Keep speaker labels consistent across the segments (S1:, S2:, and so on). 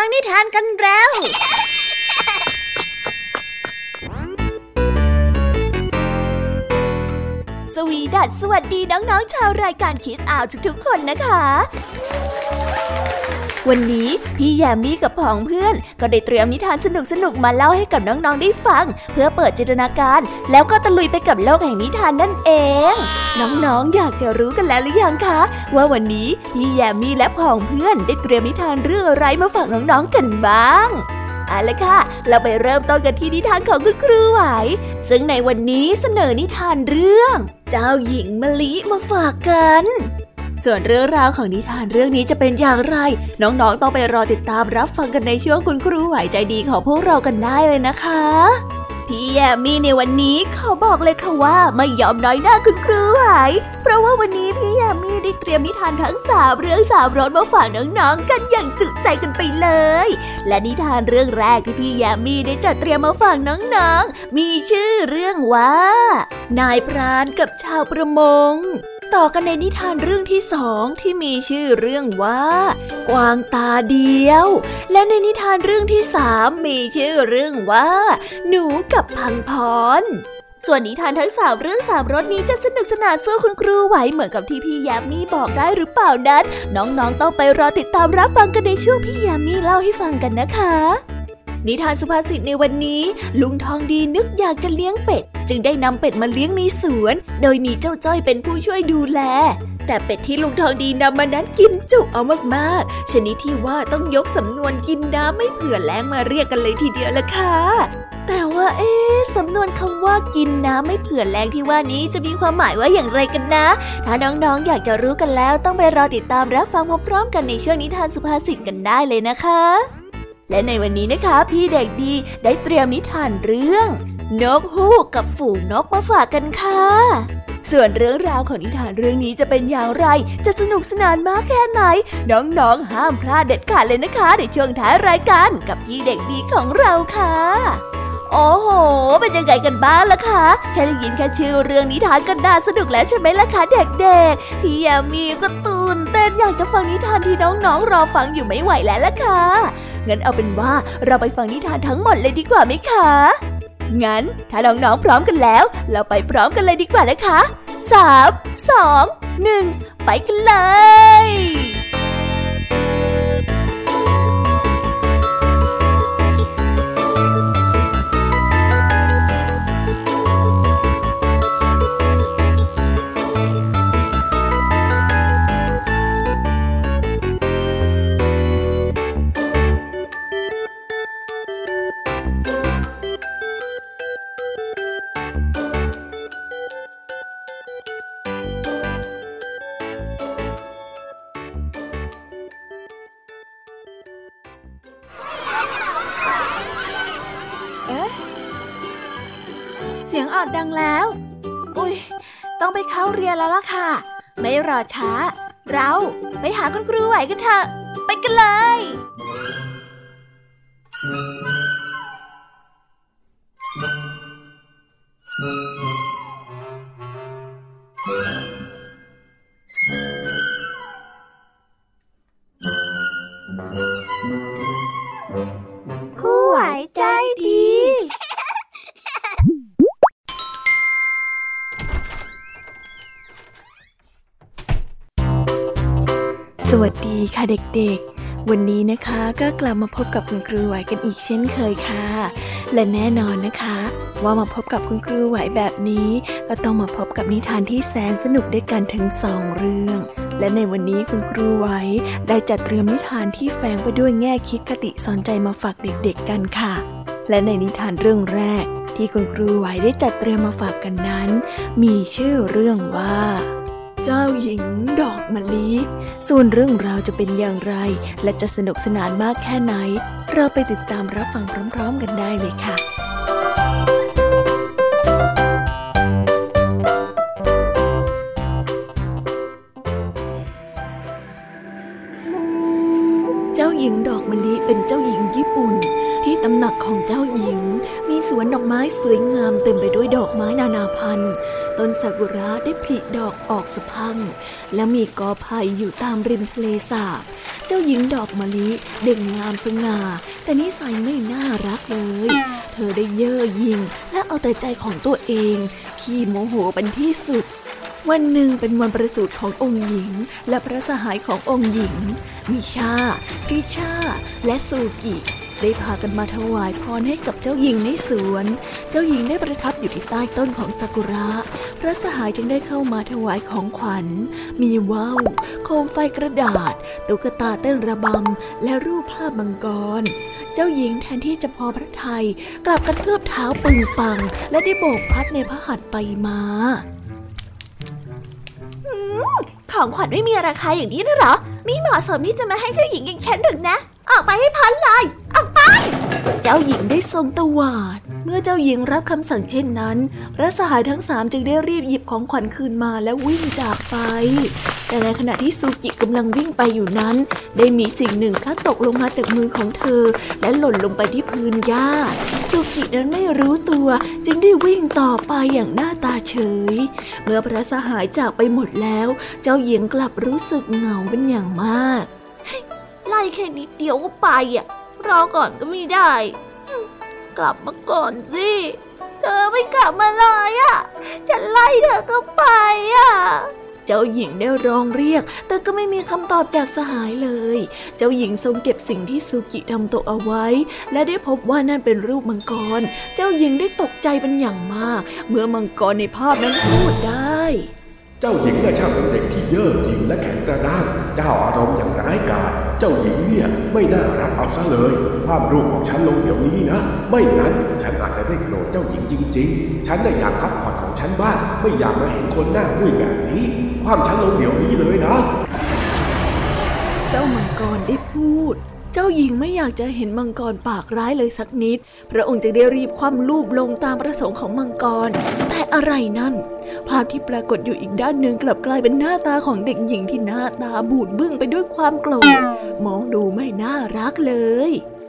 S1: ฟังนิทานกันแล้วสวัสดีน้องๆชาวรายการคิสอาวทุกๆคนนะคะวันนี้พี่แยมมี่กับผองเพื่อนก็ได้เตรียมนิทานสนุกๆมาเล่าให้กับน้องๆได้ฟังเพื่อเปิดจินตนาการแล้วก็ตะลุยไปกับโลกแห่งนิทานนั่นเองน้องๆอยากจะรู้กันแล้วหรือยังคะว่าวันนี้พี่แยมมี่และผองเพื่อนได้เตรียมนิทานเรื่องอะไรมาฝากน้องๆกันบ้างเอาละค่ะเราไปเริ่มต้นกันที่นิทานของคุณครูไหวซึ่งในวันนี้เสนอนิทานเรื่องเจ้าหญิงมะลิมาฝากกันส่วนเรื่องราวของนิทานเรื่องนี้จะเป็นอย่างไรน้องๆต้องไปรอติดตามรับฟังกันในช่วงคุณครูไหวใจดีของพวกเรากันได้เลยนะคะพี่แยมมี่ในวันนี้ขอบอกเลยค่ะว่าไม่ยอมน้อยหน้าคุณครูไหวเพราะว่าวันนี้พี่แยมมี่ได้เตรียมนิทานทั้ง3เรื่อง3รสมาฝากน้องๆกันอย่างจุใจกันไปเลยและนิทานเรื่องแรกที่พี่แยมมี่ได้จัดเตรียมมาฝากน้องๆมีชื่อเรื่องว่านายพรานกับชาวประมงต่อกันในนิทานเรื่องที่2ที่มีชื่อเรื่องว่ากวางตาเดียวและในนิทานเรื่องที่3มีชื่อเรื่องว่าหนูกับพังพรส่วนนิทานทั้ง3เรื่อง3รสนี้จะสนุกสนานสู้คุณครูไหวเหมือนกับที่พี่แยมมี่บอกได้หรือเปล่านั้นน้องๆต้องไปรอติดตามรับฟังกันในช่วงพี่แยมมี่เล่าให้ฟังกันนะคะนิทานสุภาษิตในวันนี้ลุงทองดีนึกอยากจะเลี้ยงเป็ดจึงได้นำเป็ดมาเลี้ยงในสวนโดยมีเจ้าจ้อยเป็นผู้ช่วยดูแลแต่เป็ดที่ลุงทองดีนำมานั้นกินจุเอามากๆชนิดที่ว่าต้องยกสำนวนกินน้ำไม่เผื่อแล้งมาเรียกกันเลยทีเดียวล่ะค่ะแต่ว่าสำนวนคำว่ากินน้ำไม่เผื่อแล้งที่ว่านี้จะมีความหมายว่าอย่างไรกันนะถ้าน้องๆอยากจะรู้กันแล้วต้องไปรอติดตามรับฟังพร้อมๆกันในช่วงนิทานสุภาษิตกันได้เลยนะคะและในวันนี้นะคะพี่เด็กดีได้เตรียมนิทานเรื่องนกฮูกกับฝูงนกมาฝากกันค่ะส่วนเรื่องราวของนิทานเรื่องนี้จะเป็นอย่างไรจะสนุกสนานมากแค่ไหนน้องๆห้ามพลาดเด็ดขาดเลยนะคะในช่วงท้ายรายการกับพี่เด็กดีของเราค่ะโอ้โหเป็นยังไงกันบ้างล่ะคะแค่ได้ยินแค่ชื่อเรื่องนิทานก็น่าสนุกแล้วใช่ไหมล่ะคะเด็กๆพี่แยมมี่ก็ตื่นเต้นอยากจะฟังนิทานที่น้องๆรอฟังอยู่ไม่ไหวแล้วล่ะค่ะงั้นเอาเป็นว่าเราไปฟังนิทานทั้งหมดเลยดีกว่าไหมคะงั้นถ้าน้องๆพร้อมกันแล้วเราไปพร้อมกันเลยดีกว่านะคะ3 2 1ไปกันเลยเสียงออดดังแล้วอุ๊ยต้องไปเข้าเรียนแล้วล่ะค่ะไม่รอช้าเราไปหาคุณครูไหวกันเถอะไปกันเลยครูไหวใจดีสวัสดีค่ะเด็กๆวันนี้นะคะก็กลับมาพบกับคุณครูไหวกันอีกเช่นเคยค่ะและแน่นอนนะคะว่ามาพบกับคุณครูไหวแบบนี้ก็ต้องมาพบกับนิทานที่แสนสนุกด้วยกันถึง2เรื่องและในวันนี้คุณครูไหวได้จัดเตรียมนิทานที่แฝงไปด้วยแง่คิดคติสอนใจมาฝากเด็กๆกันค่ะและในนิทานเรื่องแรกที่คุณครูไหวได้จัดเตรียมมาฝากกันนั้นมีชื่อเรื่องว่าเจ้าหญิงดอกมะลิส่วนเรื่องราวจะเป็นอย่างไรและจะสนุกสนานมากแค่ไหนเราไปติดตามรับฟังพร้อมๆกันได้เลยค่ะเจ้าหญิงดอกมะลิเป็นเจ้าหญิงญี่ปุ่นที่ตำหนักของเจ้าหญิงมีสวนดอกไม้สวยงามเต็มไปด้วยดอกไม้นานาพันธุ์ต้นซากุระได้ผลิดอกออกสะพรั่งและมีกอไผ่อยู่ตามริมทะเลสาบจ้าหญิงดอกมะลิเด่นงามสง่าแต่นิสัยไม่น่ารักเลยเธอได้เย่อหยิ่งและเอาแต่ใจของตัวเองขี้โมโหเป็นที่สุดวันหนึ่งเป็นวันประสูติขององค์หญิงและพระสหายขององค์หญิงมิชาริชาและซูกิได้พากันมาถวายพรให้กับเจ้าหญิงในสวนเจ้าหญิงได้ประทับอยู่ที่ใต้ต้นของซากุระพระสหายจึงได้เข้ามาถวายของขวัญมีว่าวโคมไฟกระดาษตุ๊กตาเต้นระบำและรูปภาพมังกรเจ้าหญิงแทนที่จะพอพระทัยกลับกระเทือบเท้าปึงปังและได้โบกพัดในพระหัตถ์ไปมาของขวัญไม่มีราคาอย่างนี้นะหรอไม่เหมาะสมที่จะมาให้เจ้าหญิงอย่างฉันหรอกนะออกไปให้พ้นเลยออกไปเจ้าหญิงได้ทรงตวาดเมื่อเจ้าหญิงรับคำสั่งเช่นนั้นพระสหายทั้ง3จึงได้รีบหยิบของขวัญคืนมาและวิ่งจากไปแต่ในขณะที่ซูกิกำลังวิ่งไปอยู่นั้นได้มีสิ่งหนึ่งพลัดตกลงมาจากมือของเธอและหล่นลงไปที่พื้นหญ้าซูกินั้นไม่รู้ตัวจึงได้วิ่งต่อไปอย่างหน้าตาเฉยเมื่อพระสหายจากไปหมดแล้วเจ้าหญิงกลับรู้สึกเหงาเป็นอย่างมากไล่แค่นิดเดียวก็ไปรอก่อนก็ไม่ได้กลับมาก่อนสิเธอไม่กลับมาเลยฉันไล่เธอก็ไปเจ้าหญิงได้ร้องเรียกแต่ก็ไม่มีคำตอบจากสหายเลยเจ้าหญิงทรงเก็บสิ่งที่ซูกิทำตกเอาไว้และได้พบว่านั่นเป็นรูปมังกรเจ้าหญิงได้ตกใจเป็นอย่างมากเมื่อมังกรในภาพนั้นพูดได้
S2: เจ้าหญิงน่ะช่างเป็นเด็กที่เย่อหยิ่งและแข็งกระด้างเจ้าอารมณ์อย่างร้ายกาจเจ้าหญิงเนี่ยไม่น่ารักเอาซะเลยภาพรูปของฉันลงเดี๋ยวนี้นะไม่งั้นฉันอาจจะได้โกรธเจ้าหญิงจริงๆฉันน่ะอยากพักผ่อนของฉันบ้างไม่อยากมาเห็นคนหน้ามุ้ยแบบนี้ความฉันลงเดี๋ยวนี้เลยนะ
S1: เจ้ามังกรได้พูดเจ้าหญิงไม่อยากจะเห็นมังกรปากร้ายเลยสักนิดพระองค์จึงได้รีบคว่ำลูบลงตามประสงค์ของมังกรแต่อะไรนั่นภาพที่ปรากฏอยู่อีกด้านหนึ่งกลับกลายเป็นหน้าตาของเด็กหญิงที่หน้าตาบูดบึ้งไปด้วยความโกรธมองดูไม่น่ารักเลย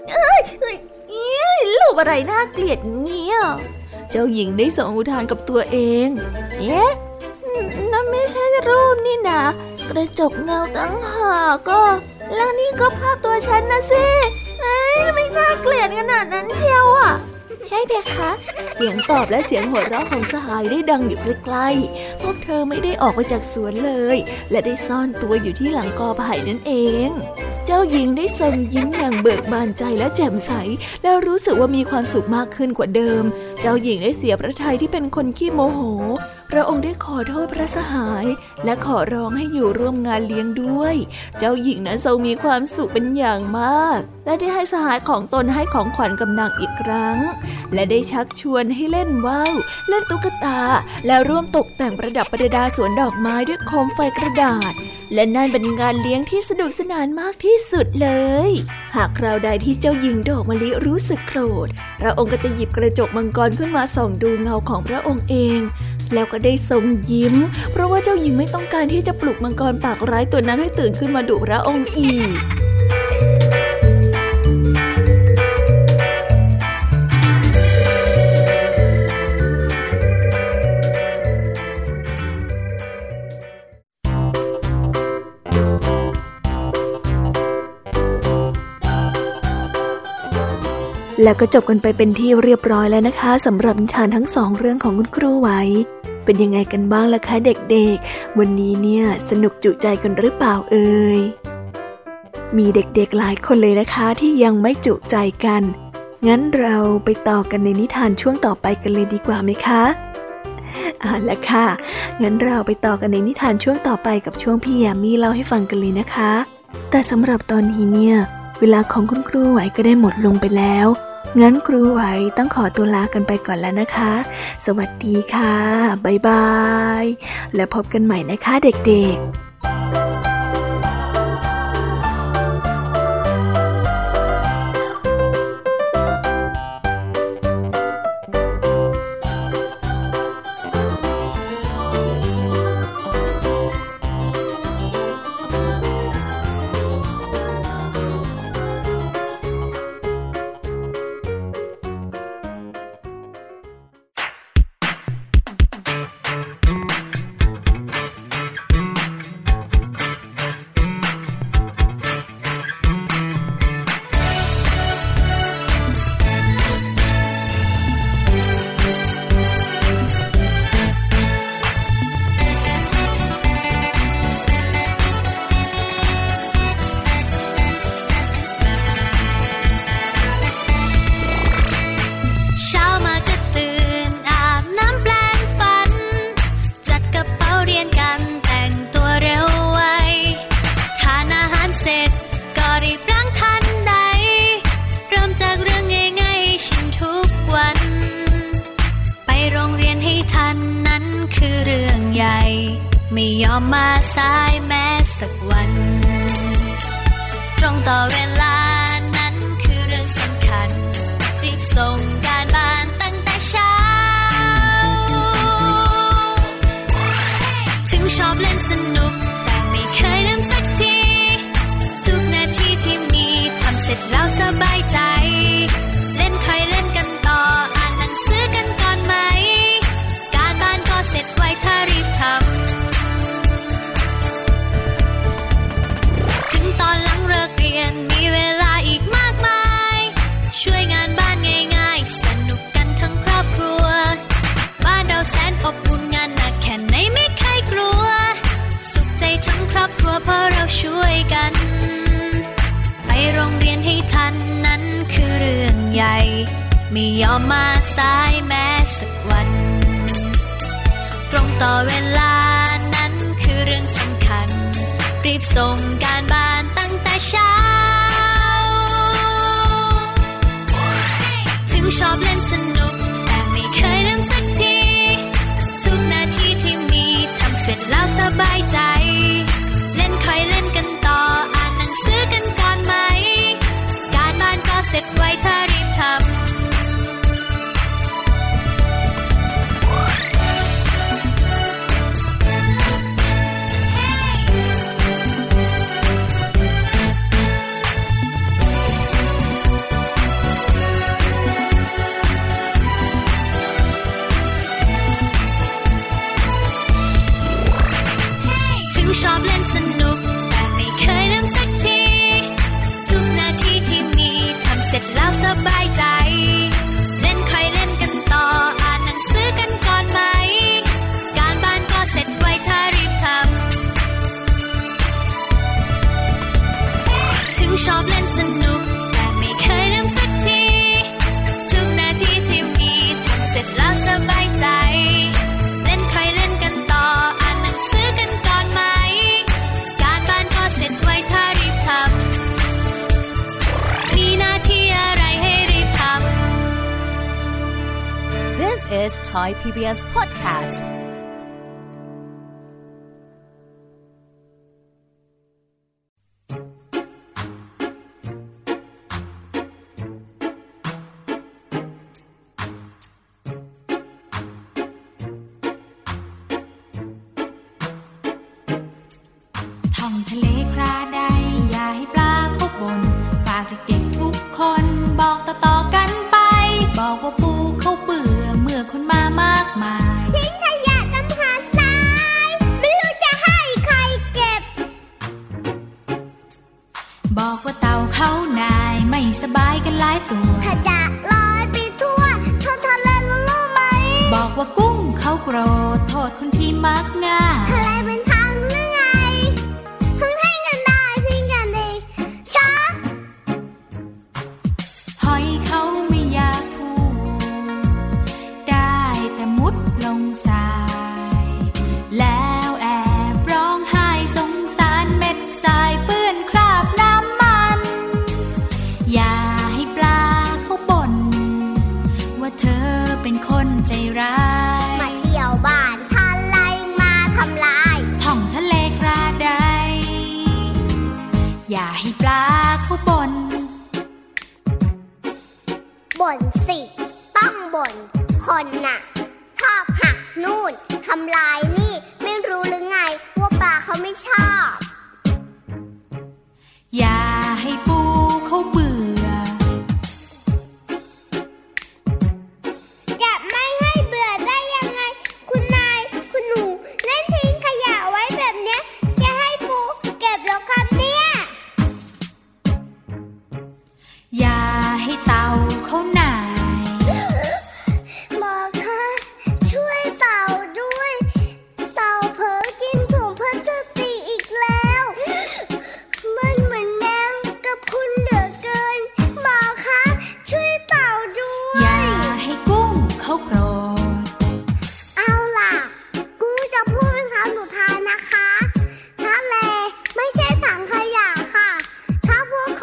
S1: รูปอะไรน่าเกลียดเงี้ยเจ้าหญิงได้ส่งอุทานกับตัวเองนั่นไม่ใช่รูปนี่นะกระจกเงาตั้งหากก็แล้วนี่ก็ภาพตัวฉันนะสิไม่น่าเกลียดขนาดนั้นเชียวใช่ไหมคะเสียงตอบและเสียงหัวเราะของสหายได้ดังอยู่ใกล้ๆพวกเธอไม่ได้ออกไปจากสวนเลยและได้ซ่อนตัวอยู่ที่หลังกอไผ่นั่นเองเจ้าหญิงได้ทรงยิ้มอย่างเบิกบานใจและแจ่มใสแล้วรู้สึกว่ามีความสุขมากขึ้นกว่าเดิมเจ้าหญิงได้เสียพระทัยที่เป็นคนขี้โมโหพระองค์ได้ขอโทษพระสหายและขอร้องให้อยู่ร่วมงานเลี้ยงด้วยเจ้าหญิงนั้นทรงมีความสุขเป็นอย่างมากและได้ให้สหายของตนให้ของขวัญกับนางอีกครั้งและได้ชักชวนให้เล่นว่าวเล่นตุ๊กตาและร่วมตกแต่งประดับประดาสวนดอกไม้ด้วยโคมไฟกระดาษและนั่นเป็นงานเลี้ยงที่สนุกสนานมากที่สุดเลยหากคราวใดที่เจ้าหญิงดอกมะลิรู้สึกโกรธพระองค์ก็จะหยิบกระจกมังกรขึ้นมาส่องดูเงาของพระองค์เองแล้วก็ได้ทรงยิ้มเพราะว่าเจ้าหญิงไม่ต้องการที่จะปลุกมังกรปากร้ายตัวนั้นให้ตื่นขึ้นมาดุพระองค์อีกแล้วก็จบกันไปเป็นที่เรียบร้อยแล้วนะคะสำหรับนิทานทั้ง2เรื่องของคุณครูไหวเป็นยังไงกันบ้างล่ะคะเด็กๆวันนี้เนี่ยสนุกจุใจกันหรือเปล่าเอ่ยมีเด็กๆหลายคนเลยนะคะที่ยังไม่จุใจกันงั้นเราไปต่อกันในนิทานช่วงต่อไปกันเลยดีกว่าไหมคะเอาล่ะค่ะงั้นเราไปต่อกันในนิทานช่วงต่อไปกับช่วงพี่แยมมี่เล่าให้ฟังกันเลยนะคะแต่สำหรับตอนนี้เนี่ยเวลาของคุณครูไหวก็ได้หมดลงไปแล้วงั้นครูไหวต้องขอตัวลากันไปก่อนแล้วนะคะสวัสดีค่ะบ๊ายบายแล้วพบกันใหม่นะคะเด็กๆ
S3: รีบล้างทันใดเริ่มจากเรื่องง่ายๆให้ชินทุกวันไปโรงเรียนให้ทันนั้นคือเรื่องใหญ่ไม่ยอมมาสายแม้สักวันตรงต่อเวลานั้นคือเรื่องสำคัญรีบส่งการบ้านตั้งแต่เช้าถึงชอบเล่นสนุกแต่ไม่เคยลืมสักทีทุกนาทีที่มีทำเสร็จแล้วสบายใจเล่นค่อยเล่นกันต่ออ่านหนังสือกันก่อนไหมการบ้านก็เสร็จไวถ้ารีบทำถึงตอนหลังเลิกเรียนมีเวลาอีกมากมายช่วยงานบ้านง่ายๆสนุกกันทั้งครอบครัวบ้านเราแสนอบอุ่นงานหนักแค่ไหนไม่เคยกลัวสุขใจทั้งครอบครัวเพราะเราช่วยกันไปโรงเรียนให้ทันนั้นคือเรื่องใหญ่ไม่ยอมมาสายแม้สักวันตรงต่อเวลานั้นคือเรื่องสำคัญรีบส่งการบ้านตั้งแต่เช้าถึงชอบเล่นสนุกแต่ไม่เคยลืมสักทีทุกนาทีที่มีทำเสร็จแล้วสบายใจเล่นค่อยเล่นกันต่ออ่านหนังสือกันก่อนไหมการบ้านก็เสร็จไวถ้ารีบทำชอบเล่นสนุกแต่ไม่เคยลืมสักทีทุกนาทีที่มีทำเสร็จแล้วสบายใจเล่นค่อยเล่นกันต่ออ่านหนังสือกันก่อนไหมการบ้านก็เสร็จไวถ้ารีบทำถึงชอบเล่นสนุกแต่ไม่เคยลืมสักทีทุกนาทีที่มีทำเสร็จแล้วสบายใจเล่นค่อยเล่นกันต่ออ่านหนังสือกันก่อนไหมการบ้านก็เสร็จไวถ้ารีบทำมีหน้าที่อะไรให้รีบทำ
S4: This is Thai PBS Podcast
S5: ท่องทะเลคราใดอย่าให้ปลาเข้าบนฝากเด็กๆทุกคนบอกต่อๆกันไปบอกว่าปูเขาเบื่อเมื่อคนมามากมายทิ้งขยะน้ำหาทรายไม่รู้จะให้ใครเก็บบอกว่าเต่าเขานายไม่สบายกันหลายตัวขยะลอยไปทั่วท้องทะเลรู้ไหมบอกว่ากุ้งเขาโกรธโทษคนที่มักง่ายอะไรเป็นทางหรือไงทั้งให้เงินได้ทิ้งกันดีช้าหอยเขาไม่อยากพูดได้แต่มุดลงทรายแล้วแอบร้องไห้สงสารเม็ดทรายเปื้อนคราบน้ำมันอย่าให้ปลาเขาบ่นว่าเธอเป็นคนใจร้ายมาเที่ยวบ้านฉันไล่มาทำลายท่องทะเลคราใดอย่าให้ปลาเขาบ่นสิต้องบ่นคนน่ะชอบหักนู่นทำลายนี่ไม่รู้หรือไงว่าปลาเขาไม่ชอบอย่าให้ปูเขาเบื่อจะไม่ให้เบื่อได้ยังไงคุณนายคุณหนูเล่นทิ้งขยะไว้แบบเนี้ยจะให้ปูเก็บหรอครับเนี่ยอย่าให้เต่าเขาหน่ายบอกค่ะช่วยเต่าด้วยเต่าเผลอกินถุงพลาสติกอีกแล้วมันเหมือนแมงกะพรุนเหลือเกินบอกค่ะช่วยเต่าด้วยอย่าให้กุ้งเขาโกรธเอาล่ะกูจะพูดเป็นคำสุดท้ายนะคะทะเลไม่ใช่ถังขยะค่ะถ้าพวก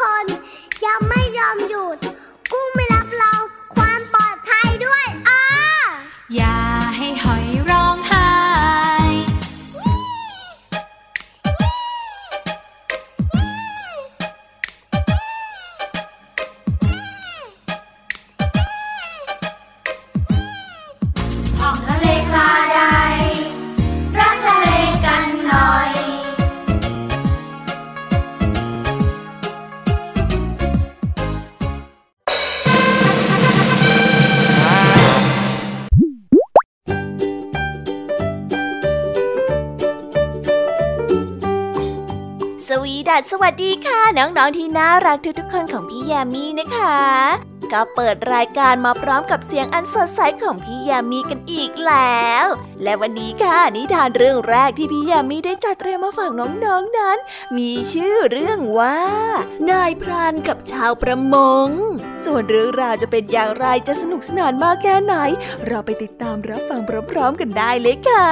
S1: จัดสวัสดีค่ะน้องๆที่น่ารักทุกๆคนของพี่ยามีนะคะก็เปิดรายการมาพร้อมกับเสียงอันสดใสของพี่ยามีกันอีกแล้วและวันนี้ค่ะนิทานเรื่องแรกที่พี่ยามีได้จัดเตรียมมาฝากน้องๆนั้นมีชื่อเรื่องว่านายพรานกับชาวประมงส่วนเรื่องราวจะเป็นอย่างไรจะสนุกสนานมากแค่ไหนเราไปติดตามรับฟังพร้อมๆกันได้เลยค่ะ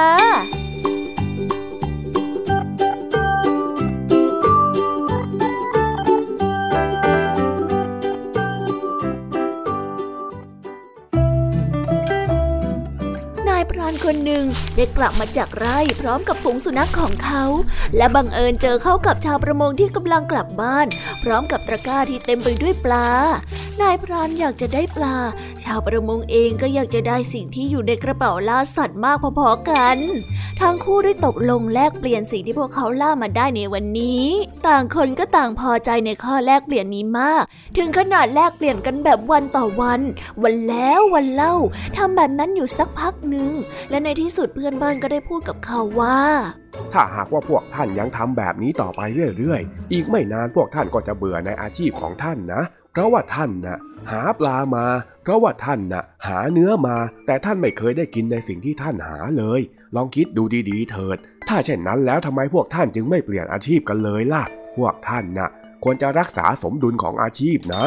S1: พรานคนหนึ่งได้กลับมาจากไร่พร้อมกับฝูงสุนัขของเขาและบังเอิญเจอเข้ากับชาวประมงที่กำลังกลับบ้านพร้อมกับตะกร้าที่เต็มไปด้วยปลานายพรานอยากจะได้ปลาชาวประมงเองก็อยากจะได้สิ่งที่อยู่ในกระเป๋าล่าสัตว์มากพอๆกันทั้งคู่ได้ตกลงแลกเปลี่ยนสิ่งที่พวกเขาล่ามาได้ในวันนี้ต่างคนก็ต่างพอใจในข้อแลกเปลี่ยนนี้มากถึงขนาดแลกเปลี่ยนกันแบบวันต่อวันวันแล้ววันเล่าทำแบบนั้นอยู่สักพักหนึ่งและในที่สุดเพื่อนบ้านก็ได้พูดกับเขาว่า
S2: ถ้าหากว่าพวกท่านยังทำแบบนี้ต่อไปเรื่อยๆอีกไม่นานพวกท่านก็จะเบื่อในอาชีพของท่านนะเพราะว่าท่านน่ะหาปลามาเพราะว่าท่านน่ะหาเนื้อมาแต่ท่านไม่เคยได้กินในสิ่งที่ท่านหาเลยลองคิดดูดีๆเถิดถ้าเช่นนั้นแล้วทำไมพวกท่านจึงไม่เปลี่ยนอาชีพกันเลยล่ะพวกท่านน่ะควรจะรักษาสมดุลของอาชีพนะ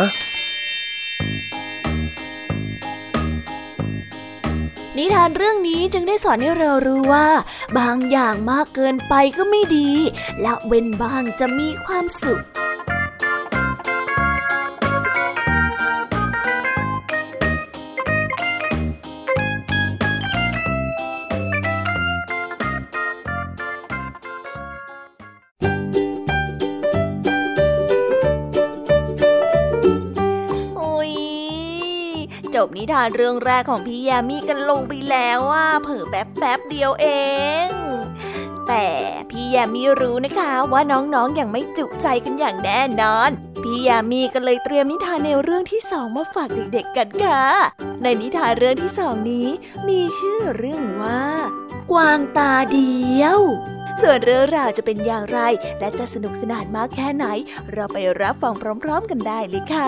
S1: นิทานเรื่องนี้จึงได้สอนให้เรารู้ว่าบางอย่างมากเกินไปก็ไม่ดีละเว้นบ้างจะมีความสุขจบนิทานเรื่องแรกของพี่ยามีกันลงไปแล้วเผลอแป๊บเดียวเองแต่พี่ยามีรู้นะคะว่าน้องๆยังไม่จุใจกันอย่างแน่นอนพี่ยามีก็เลยเตรียมนิทานแนวเรื่องที่2มาฝากเด็กๆกันค่ะในนิทานเรื่องที่2นี้มีชื่อเรื่องว่ากวางตาเดียวส่วนเรื่องราวจะเป็นอย่างไรและจะสนุกสนานมากแค่ไหนเราไปรับฟังพร้อมๆกันได้เลยค่ะ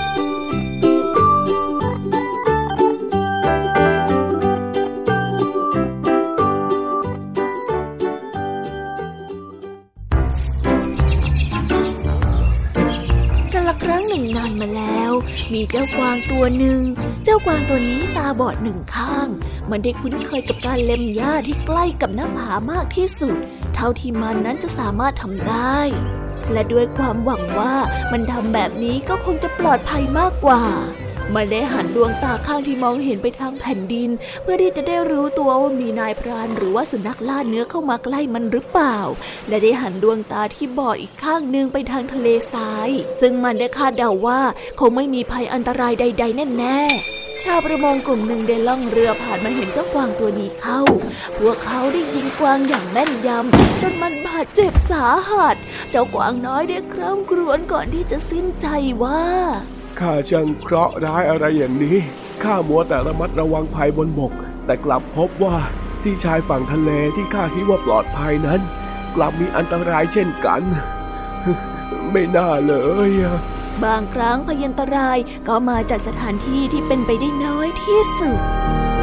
S1: ครั้งหนึ่งนานมาแล้วมีเจ้ากวางตัวหนึ่งเจ้ากวางตัวนี้ตาบอดหนึ่งข้างมันได้คุ้นเคยกับการเล็มหญ้าที่ใกล้กับหน้าผามากที่สุดเท่าที่มันนั้นจะสามารถทำได้และด้วยความหวังว่ามันทำแบบนี้ก็คงจะปลอดภัยมากกว่ามันได้หันดวงตาข้างที่มองเห็นไปทางแผ่นดินเพื่อที่จะได้รู้ตัวว่ามีนายพรานหรือว่าสุนัขล่าเนื้อเข้ามาใกล้มันหรือเปล่าและได้หันดวงตาที่บอดอีกข้างนึงไปทางทะเลทรายซึ่งมันได้คาดเดาว่าคงไม่มีภัยอันตรายใดๆแน่ๆชาวประมงกลุ่มหนึ่งได้ล่องเรือผ่านมาเห็นเจ้ากวางตัวนี้เข้าพวกเขาได้ยิงกวางอย่างแม่นยำจนมันบาดเจ็บสาหัสเจ้ากวางน้อยได้คร่ำครวญก่อนที่จะสิ้นใจว่า
S2: ข้าช่างเคราะห์ร้ายอะไรอย่างนี้ข้ามัวแต่ระมัดระวังภัยบนบกแต่กลับพบว่าที่ชายฝั่งทะเลที่ข้าคิดว่าปลอดภัยนั้นกลับมีอันตรายเช่นกันไม่น่าเลย
S1: บางครั้งพยันตรายก็มาจากสถานที่ที่เป็นไปได้น้อยที่สุด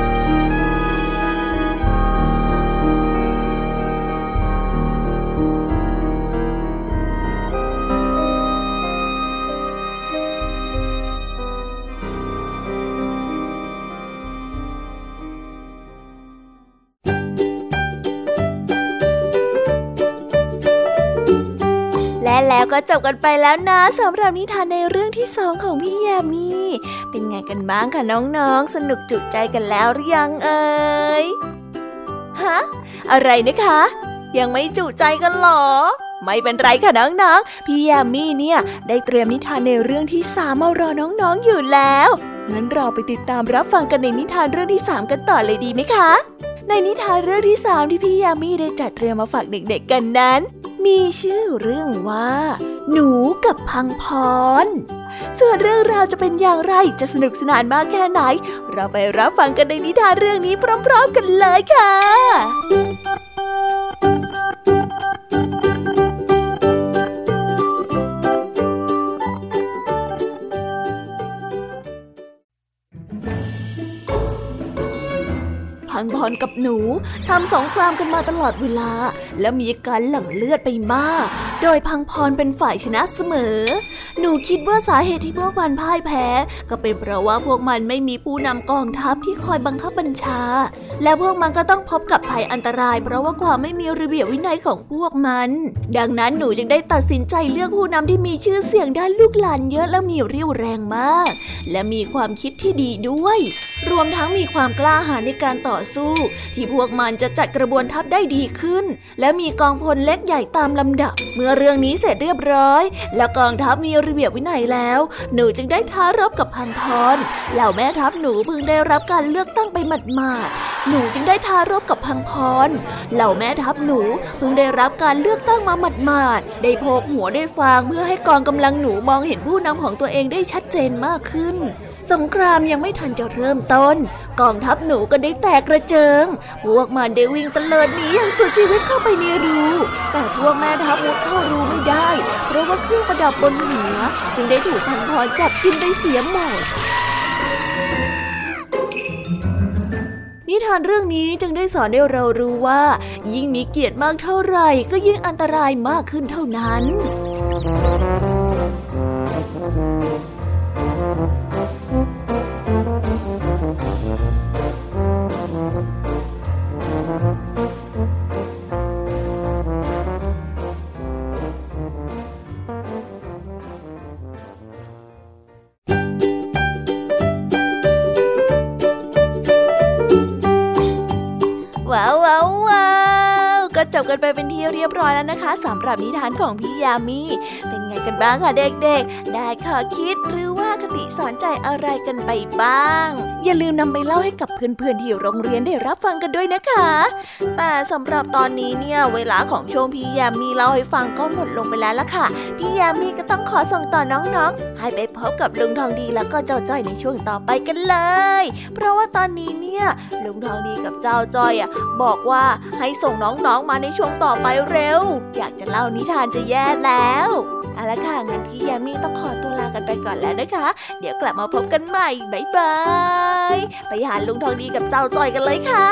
S1: แล้วก็จบกันไปแล้วนะสำหรับนิทานในเรื่องที่2ของพี่ยามีเป็นไงกันบ้างคะน้องๆสนุกจุใจกันแล้วหรือยังเอ่ยฮะอะไรนะคะยังไม่จุใจกันหรอไม่เป็นไรค่ะน้องๆพี่ยามีเนี่ยได้เตรียมนิทานในเรื่องที่3มารอน้องๆอยู่แล้วงั้นเราไปติดตามรับฟังกันในนิทานเรื่องที่3กันต่อเลยดีไหมคะในนิทานเรื่องที่3ที่พี่ยามีได้จัดเตรียมมาฝากเด็กๆกันนั้นมีชื่อเรื่องว่าหนูกับพังพรส่วนเรื่องราวจะเป็นอย่างไรจะสนุกสนานมากแค่ไหนเราไปรับฟังกันในนิทานเรื่องนี้พร้อมๆกันเลยค่ะพังพรกับหนูทำสงครามกันมาตลอดเวลาและมีการหลั่งเลือดไปมากโดยพังพรเป็นฝ่ายชนะเสมอหนูคิดว่าสาเหตุที่พวกมันพ่ายแพ้ก็เป็นเพราะว่าพวกมันไม่มีผู้นำกองทัพที่คอยบังคับบัญชาและพวกมันก็ต้องพบกับภัยอันตรายเพราะว่าความไม่มีระเบียบวินัยของพวกมันดังนั้นหนูจึงได้ตัดสินใจเลือกผู้นำที่มีชื่อเสียงด้านลูกหลานเยอะและมีเรี่ยวแรงมากและมีความคิดที่ดีด้วยรวมทั้งมีความกล้าหาญในการต่อสู้ที่พวกมันจะจัดกระบวนทัพได้ดีขึ้นและมีกองพลเล็กใหญ่ตามลำดับเมื่อเรื่องนี้เสร็จเรียบร้อยและกองทัพมีระเบียบวินัยแล้วหนูจึงได้ท้ารบกับพังพรเหล่าแม่ทัพหนูเพิ่งได้รับการเลือกตั้งไปหมาดๆหนูจึงได้ท้ารบกับพังพรเหล่าแม่ทัพหนูเพิ่งได้รับการเลือกตั้งมาหมาดๆได้โพกหัวได้ฟางเพื่อให้กองกำลังหนูมองเห็นผู้นำของตัวเองได้ชัดเจนมากขึ้นสงครามยังไม่ทันจะเริ่มต้นกองทัพหนูก็ได้แตกกระเจิงพวกมันได้วิ่งตะเลิดหนีอย่างสุดชีวิตเข้าไปในรูแต่พวกแม่ทัพมุดเข้ารูไม่ได้เพราะว่าเครื่องประดับบนหัวจึงได้ถูกพังพรจับกินไปเสียหมดนิทานเรื่องนี้จึงได้สอนให้เรารู้ว่ายิ่งมีเกียรติมากเท่าไหร่ก็ยิ่งอันตรายมากขึ้นเท่านั้นก็จบกันไปเป็นที่เรียบร้อยแล้วนะคะสำหรับนิทานของพี่ยามีเป็นไงกันบ้างคะเด็กๆได้ข้อคิดหรือว่าคติสอนใจอะไรกันไปบ้างอย่าลืมนำไปเล่าให้กับเพื่อนๆที่โรงเรียนได้รับฟังกันด้วยนะคะแต่สำหรับตอนนี้เนี่ยเวลาของช่วงพี่ยามีเล่าให้ฟังก็หมดลงไปแล้วล่ะค่ะพี่ยามีก็ต้องขอส่งต่อน้องๆให้ไปพบกับลุงทองดีแล้วก็เจ้าจ้อยในช่วงต่อไปกันเลยเพราะว่าตอนนี้เนี่ยลุงทองดีกับเจ้าจ้อยบอกว่าให้ส่งน้องๆมาในช่วงต่อไปเร็วอยากจะเล่านิทานจะแย่แล้วเอาละค่ะงั้นพี่ยามีต้องขอตัวลากันไปก่อนแล้วนะคะเดี๋ยวกลับมาพบกันใหม่บ๊ายบายไปหาลุงทองดีกับเจ้าจ้อยกันเลยค่ะ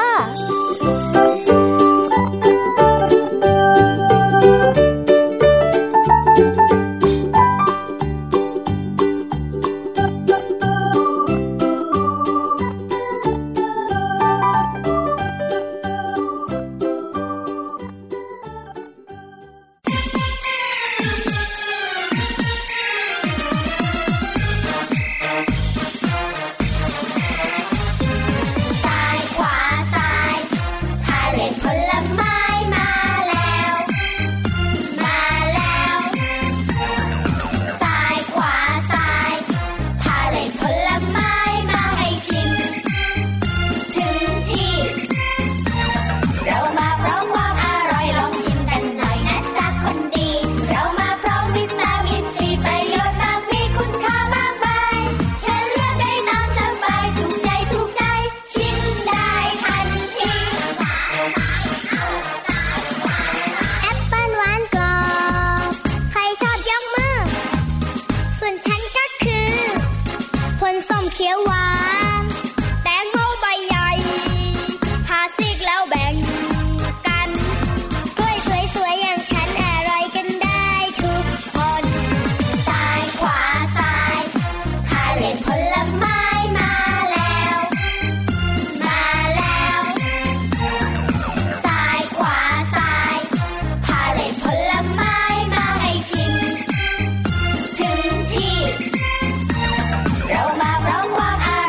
S5: เรามาพร้อมความอ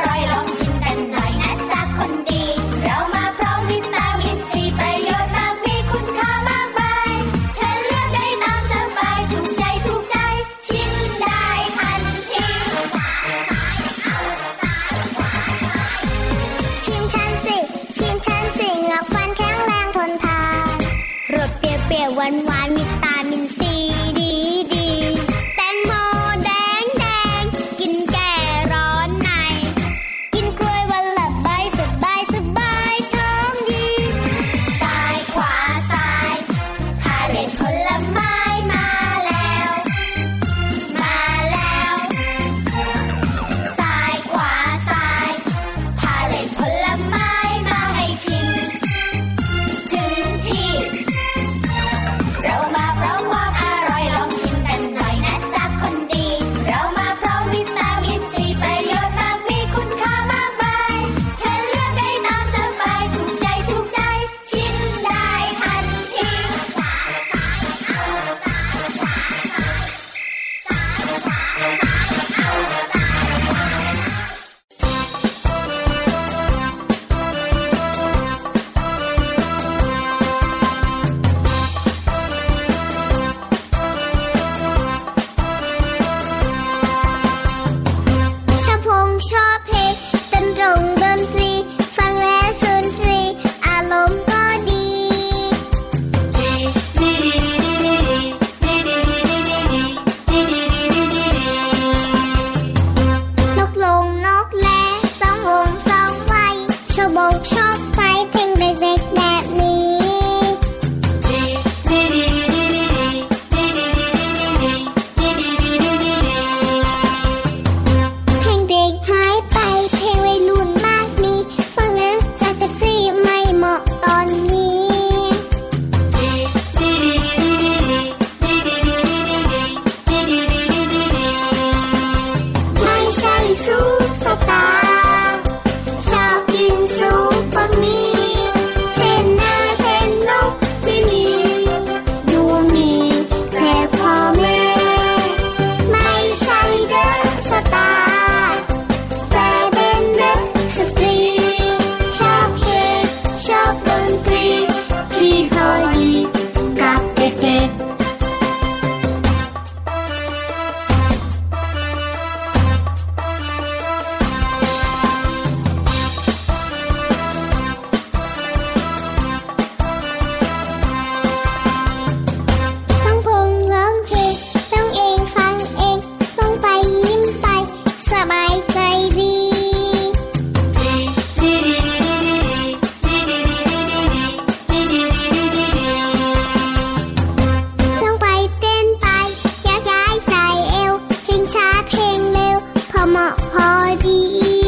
S6: มาะพอดี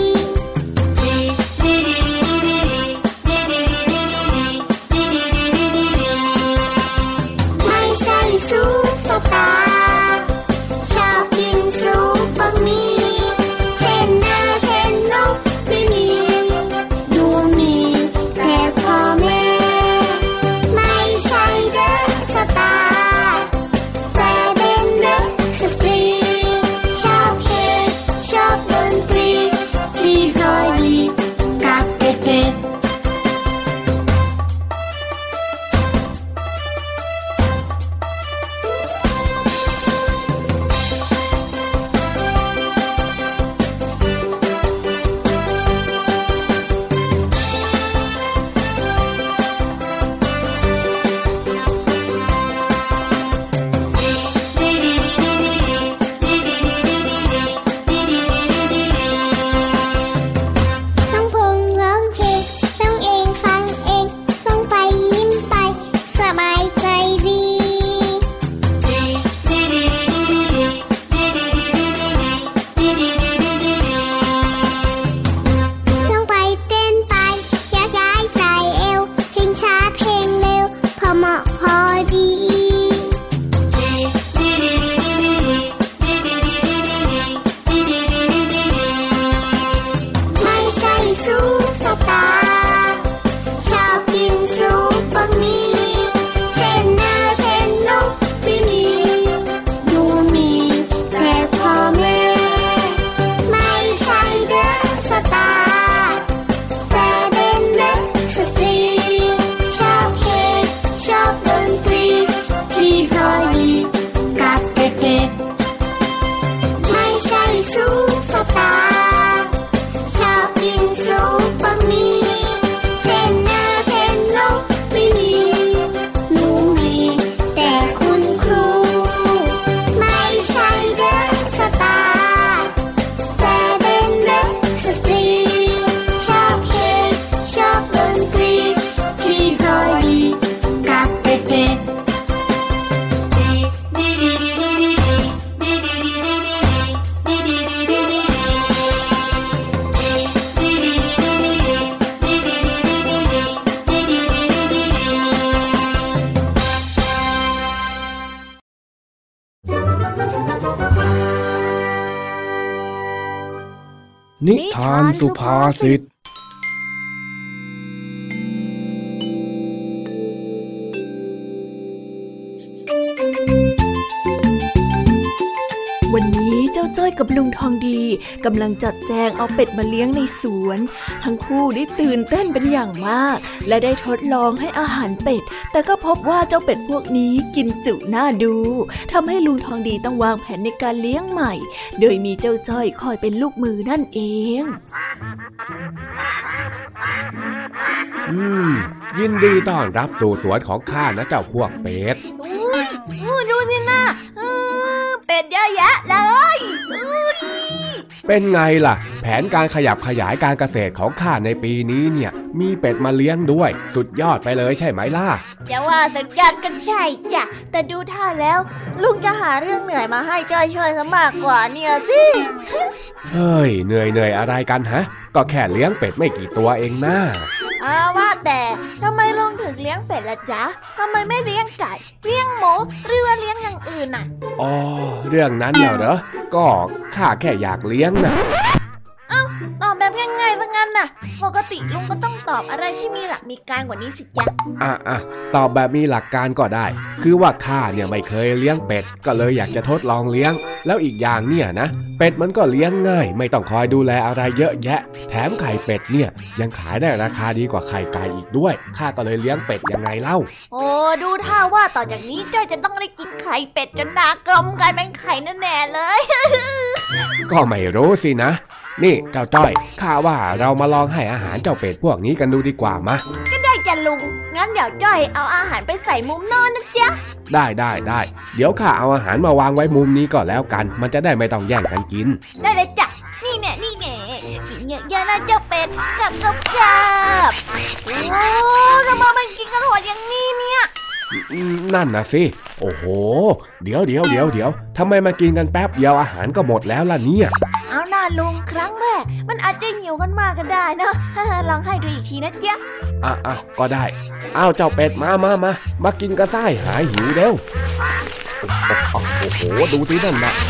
S6: ไม่ใช่ซุปสตาร์ชอบกินซุปบะหมี่เส้นหน้าเส้นนกไม่มีดูมีแต่พ่อแม่ไม่ใช่เดอะสตาร์แต่เป็นเดอะสตรีชอบเพลงชอบดนตรีที่พอดีกับเด็กๆ
S2: นิทานสุภาษิต
S1: วันนี้เจ้าจ้อยกับลุงทองดีกำลังจัดแจงเอาเป็ดมาเลี้ยงในสวนทั้งคู่ได้ตื่นเต้นเป็นอย่างมากและได้ทดลองให้อาหารเป็ดแต่ก็พบว่าเจ้าเป็ดพวกนี้กินจุน่าดูทำให้ลุงทองดีต้องวางแผนในการเลี้ยงใหม่โดยมีเจ้าจ้อยคอยเป็นลูกมือนั่นเอง
S7: ยินดีต้อนรับสู่สวนของข้านะเจ้าพวกเป็ด
S1: ดูสินะเป็ดเยอะแยะเลย
S7: เป็นไงล่ะแผนการขยับขยายการเกษตรของข้าในปีนี้เนี่ยมีเป็ดมาเลี้ยงด้วยสุดยอดไปเลยใช่ไหมล่ะ
S1: จะว่าสุดยอดก็ใช่จ้ะแต่ดูท่าแล้วลุงจะหาเรื่องเหนื่อยมาให้จ้อยช่วยซะมากกว่าเนี่ยสิ
S7: เฮ้ยเหนื่อยอะไรกันฮะก็แค่เลี้ยงเป็ดไม่กี่ตัวเองนะ
S1: ว่าแต่ทำไมลุงถึงเลี้ยงเป็ดล่ะจ๊ะทำไมไม่เลี้ยงไก่เลี้ยงหมูหรือว่าเลี้ยงอย่างอื่นน่ะ
S7: อ๋อเรื่องนั้นเหรอก็ข้าแค่อยากเลี้ยงนะ
S1: ตอบแบบง่ายๆซะงั้นน่ะปกติลุงก็ต้องตอบอะไรที่มีหลักมีการกว่านี้สิจ๊ะ
S7: ตอบแบบมีหลักการก็ได้คือว่าข้าเนี่ยไม่เคยเลี้ยงเป็ดก็เลยอยากจะทดลองเลี้ยงแล้วอีกอย่างเนี่ยนะเป็ดมันก็เลี้ยงง่ายไม่ต้องคอยดูแลอะไรเยอะแยะแถมไข่เป็ดเนี่ยยังขายได้ราคาดีกว่าไข่ไก่อีกด้วยข้าก็เลยเลี้ยงเป็ดยังไงเล่า
S1: โอ้ดูท่าว่าต่อจากนี้จ้อยจะต้องได้กินไข่เป็ดจนหน้ากลมกลายเป็นไข่แน่ๆเลย
S7: ก็ไม่รู้สินะนี่เจ้าจ้อยข้าว่าเรามาลองให้อาหารเจ้าเป็ดพวกนี้กันดูดีกว่ามะ
S1: ก็ได้จ้ะลุงงั้นเดี๋ยวจ้อยเอาอาหารไปใส่มุมโน่นนะจ๊ะ
S7: ได้เดี๋ยวข้าเอาอาหารมาวางไว้มุมนี้ก่อนแล้วกันมันจะได้ไม่ต้องแย่งกันกิน
S1: ได้เลยจ้ะนี่แน่กินเยอะๆนะเจ้าเป็ดกับโอ้ทำไมมันกินกันโหดอย่างนี้เนี่ย
S7: นั่นนะสิโอ้โหเดี๋ยวทำไมมากินกันแป๊บเดียวอาหารก็หมดแล้วล่ะเนี่ย
S1: เอานะนะลุงครั้งแรกมันอาจจะหิวกันมากก็ได้นะลองให้ดูอีกทีนะจ๊ะ
S7: ก็ได้อ้าวเจ้าเป็ดมากินกระส่ายหายหิวเร็วโอ้โหดูสินั่นนะ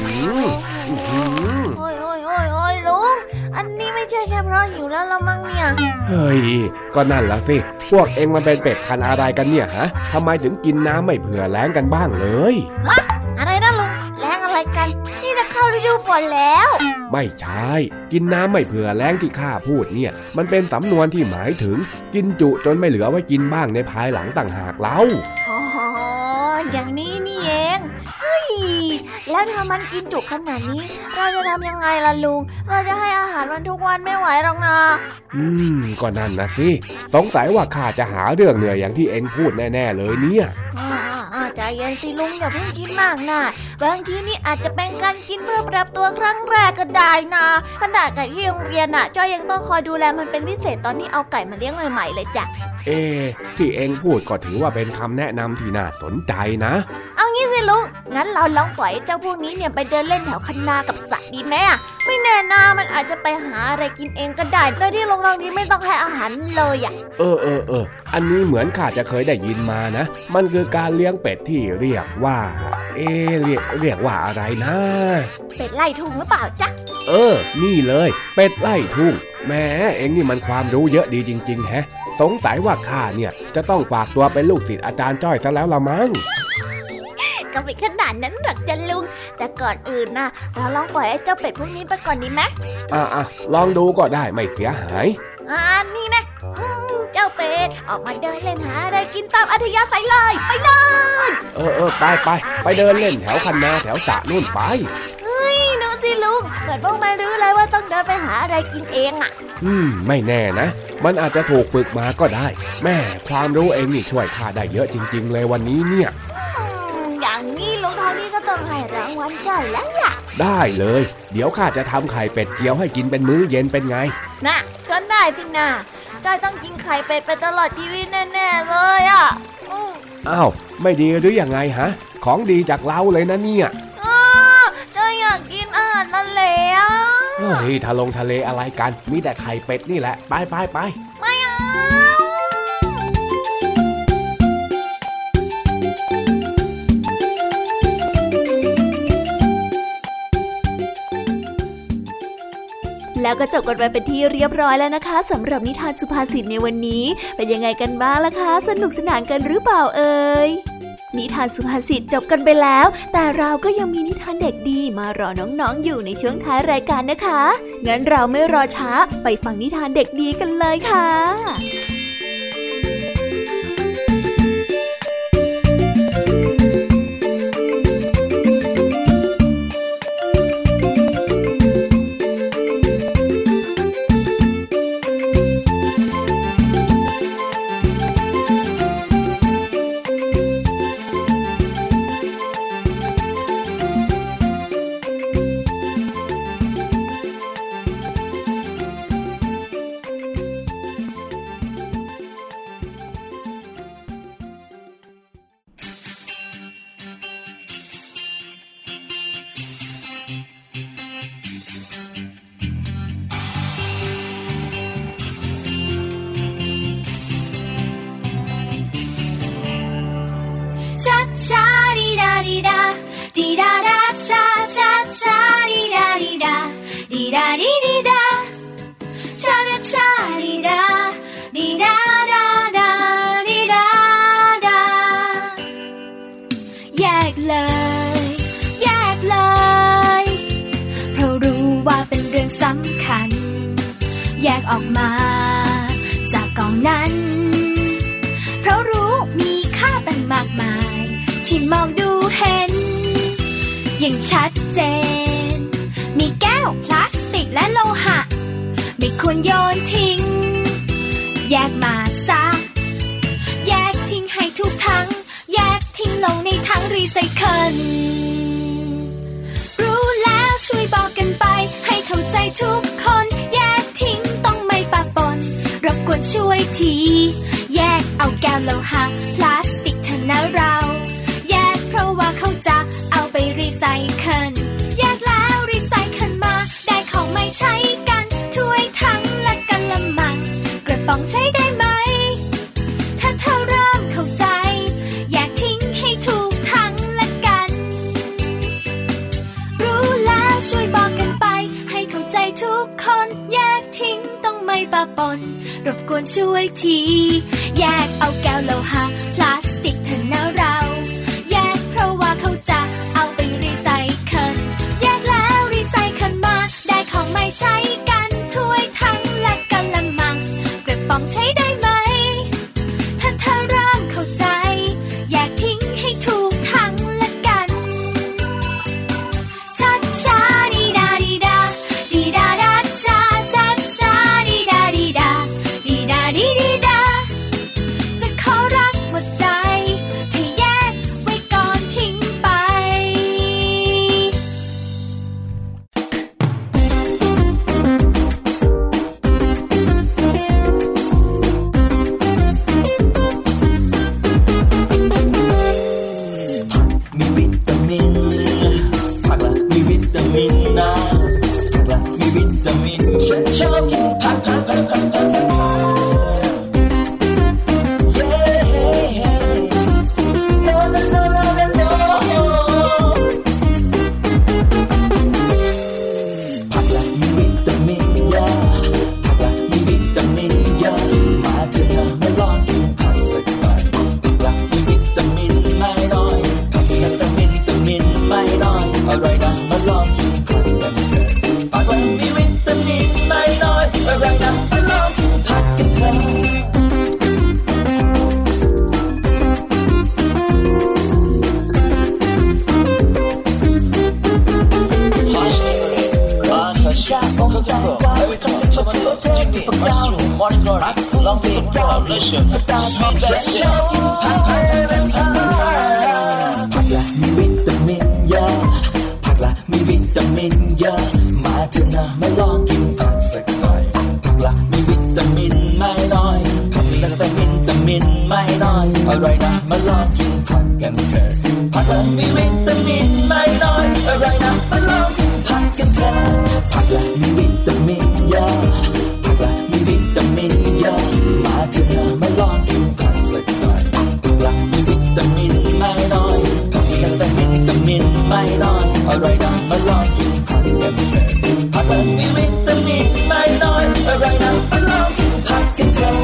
S1: โอ้ยลุงอันนี้ไม่ใช่แค่เพราะหิวแล้วละมั้งเนี่ย
S7: เฮ้ยก็นั่นละสิพวกเอ็งมันเป็นเป็ดพันธุ์อะไรกันเนี่ยฮะทำไมถึงกินน้ำไม่เผื่อแล้งกันบ้างเลย
S1: อะไรนะลุงแล้งอะไรกันนี่จะเข้าฤดูฝนแล้ว
S7: ไม่ใช่กินน้ำไม่เผื่อแล้งที่ข้าพูดเนี่ยมันเป็นสำนวนที่หมายถึงกินจุจนไม่เหลือไว้กินบ้างในภายหลังต่างหากเล่า
S1: อย่างนี้นี่เองเฮ้ยแล้วถ้ามันกินจุขนาดนี้เราจะทำยังไงล่ะลุงเราจะให้อาหารมันทุกวันไม่ไหวหรอกนะ
S7: ก็นั่นนะสิสงสัยว่าข้าจะหาเรื่องเหนื่อยอย่างที่เอ็งพูดแน่ๆเลยเนี่ย
S1: ใจเย็นสิลุงอย่าเพิ่งคิดมากนะบางทีนี่อาจจะเป็นการกินเพื่อปรับตัวครั้งแรกก็ได้นะขนาดไก่ที่โรงเรียนน่ะจ้อยยังต้องคอยดูแลมันเป็นพิเศษตอนนี้เอาไก่มาเลี้ยงใหม่ๆเลยจ้ะ
S7: ที่เอ็งพูดก็ถือว่าเป็นคำแนะนำที่น่าสนใจนะ
S1: เอางี้สิลุงงั้นเราลองปล่อยเจ้าพวกนี้เนี่ยไปเดินเล่นแถวคันนากับสัตว์ดีไหมไม่แน่นะมันอาจจะไปหาอะไรกินเองก็ได้โดยที่โรงเรียนนี้ไม่ต้องให้อาหารเลย
S7: อันนี้เหมือนข้าจะเคยได้ยินมานะมันคือการเลี้ยงเป็ดที่เรียกว่าเรียกว่าอะไรนะ
S1: เป็ดไล่ทุ่งหรือเปล่าจ๊ะ
S7: นี่เลยเป็ดไล่ทุ่งแหมเอ็งนี่มันความรู้เยอะดีจริงๆแฮะสงสัยว่าข้าเนี่ยจะต้องฝากตัวเป็นลูกศิษย์อาจารย์จ้อยซะแล้วละมั้ง
S1: ก็ไม่ขนาดนั้นหรอกจ้ะลุงแต่ก่อนอื่นนะเราลองปล่อยไอ้เจ้าเป็ดพวกนี้ไปก่อนดีไหม
S7: ลองดูก็ได้ไม่เสียหาย
S1: นี่นะเจ้าเป็ดออกมาเดินเล่นหาอะไรกินตามอัธยาศัยเลยไปเลย
S7: ไปเดินเล่นแถวคันนาแถวสระนู่นไป
S1: เฮ้ยนึกสิลุงเกิดพวกมันรู้เลยว่าต้องเดินไปหาอะไรกินเอง
S7: ไม่แน่นะมันอาจจะถูกฝึกมาก็ได้แม่ความรู้เองนี่ช่วยข้าได้เยอะจริงๆเลยวันนี้เนี่ย
S1: อย่างนี้ลุงทองนี่ก็ต้องให้รางวัลจ้อยแล้วล่ะ
S7: ได้เลยเดี๋ยวข้าจะทำไข่เป็ดเจียวให้กินเป็นมื้อเย็นเป็นไง
S1: น่ะก็ได้สินะจ้อยต้องกินไข่เป็ดไปตลอดชีวิตแน่ๆเลย
S7: อ้าวไม่ดีหรือยังไงฮะของดีจากเราเลยนะเนี่ย
S1: จ้อยอยากกินอาหารทะเล
S7: เฮ้ยทะเลอะไรกันมีแต่ไข่เป็ดนี่แหละไป
S1: ไม่เอาแล้วก็จบกันไปเป็นที่เรียบร้อยแล้วนะคะสำหรับนิทานสุภาษิตในวันนี้เป็นยังไงกันบ้างล่ะคะสนุกสนานกันหรือเปล่าเอ่ยนิทานสุภาษิตจบกันไปแล้วแต่เราก็ยังมีนิทานเด็กดีมารอน้องๆอยู่ในช่วงท้ายรายการนะคะงั้นเราไม่รอช้าไปฟังนิทานเด็กดีกันเลยค่ะ
S3: แยกออกมาจากกองนั้นเพราะรู้มีค่าตั้งมากมายที่มองดูเห็นอย่างชัดเจนมีแก้วพลาสติกและโลหะไม่ควรโยนทิ้งแยกมาซะแยกทิ้งให้ทุกถังแยกทิ้งลงในถังรีไซเคิลรู้แล้วช่วยบอกกันไปให้เข้าใจทุกคนแยกทิ้งต้องไม่ปะปนรบกวนช่วยทีแยกเอาแก้วโลหะพลาสติกเถอะนะเราแยกเพราะว่าเขาจะเอาไปรีไซเคิลแยกแล้วรีไซเคิลมาได้ขทุกคนแยกทิ้งต้องไม่ปะปนรบกวนช่วยทีแยกเอาแก้วโลหะพลาสติกเถอะนะเราแยกเพราะว่าเขาจะเอาไปรีไซเคิลแยกแล้วรีไซเคิลมาได้ของไม่ใช้กันถ้วยทั้งและกะละมังกระป๋องใช้ได้ไหมถ้าเธอเริ่มเข้าใจแยกทิ้งให้ถูกทั้งและกันชัดช้าดีดาดีดาดีดาดาช้าชัดช้าดีดาดีดาดีดาดีดีดาจะขอรักหมดใจถ้าแยกไว้ก่อนทิ้งไป
S8: มีวิตามินผักละมีวิตามินนะผักละมีวิตามินฉันชอบกินผักเย้โนโนโนโนโนผักละมีวิตามินเยอะผักละมีวิตามินเยอะมาเถอะนะมาลองกินผักสักหน่อยผักละมีวิตามินไม่น้อยผักละวิตามินไม่น้อยอร่อยนะมาลองกินผักกันเถอะผักละมีวิตามินไม่น้อยอร่อยนะมาลองกินผักกันเถอะผักละมีวิตามินเยอะผักละมีวิตามินเยอะมาเถอะนะมาลองกินผักสักหน่อยผักละมีวิตามินไม่น้อยผักละแต่วิตามินไม่น้อยอร่อยนะมาลองกินผักกันเถอะผักละมีวิตามินไม่น้อยอร่อยนะมาลองกินผักกันเถอะผักละมีวิตามินเยอะผักละมีวิตามินเยอะมาเถอะนะมาลองกินผักสักหน่อยผักละมีวิตามินไม่น้อยผักละแต่วิตามินไม่น้อยอร่อยนะมาลองกินผักกันเถอะผักละมีวิตามินไม่น้อยอร่อยนะมาลองกินผักกันเถอะ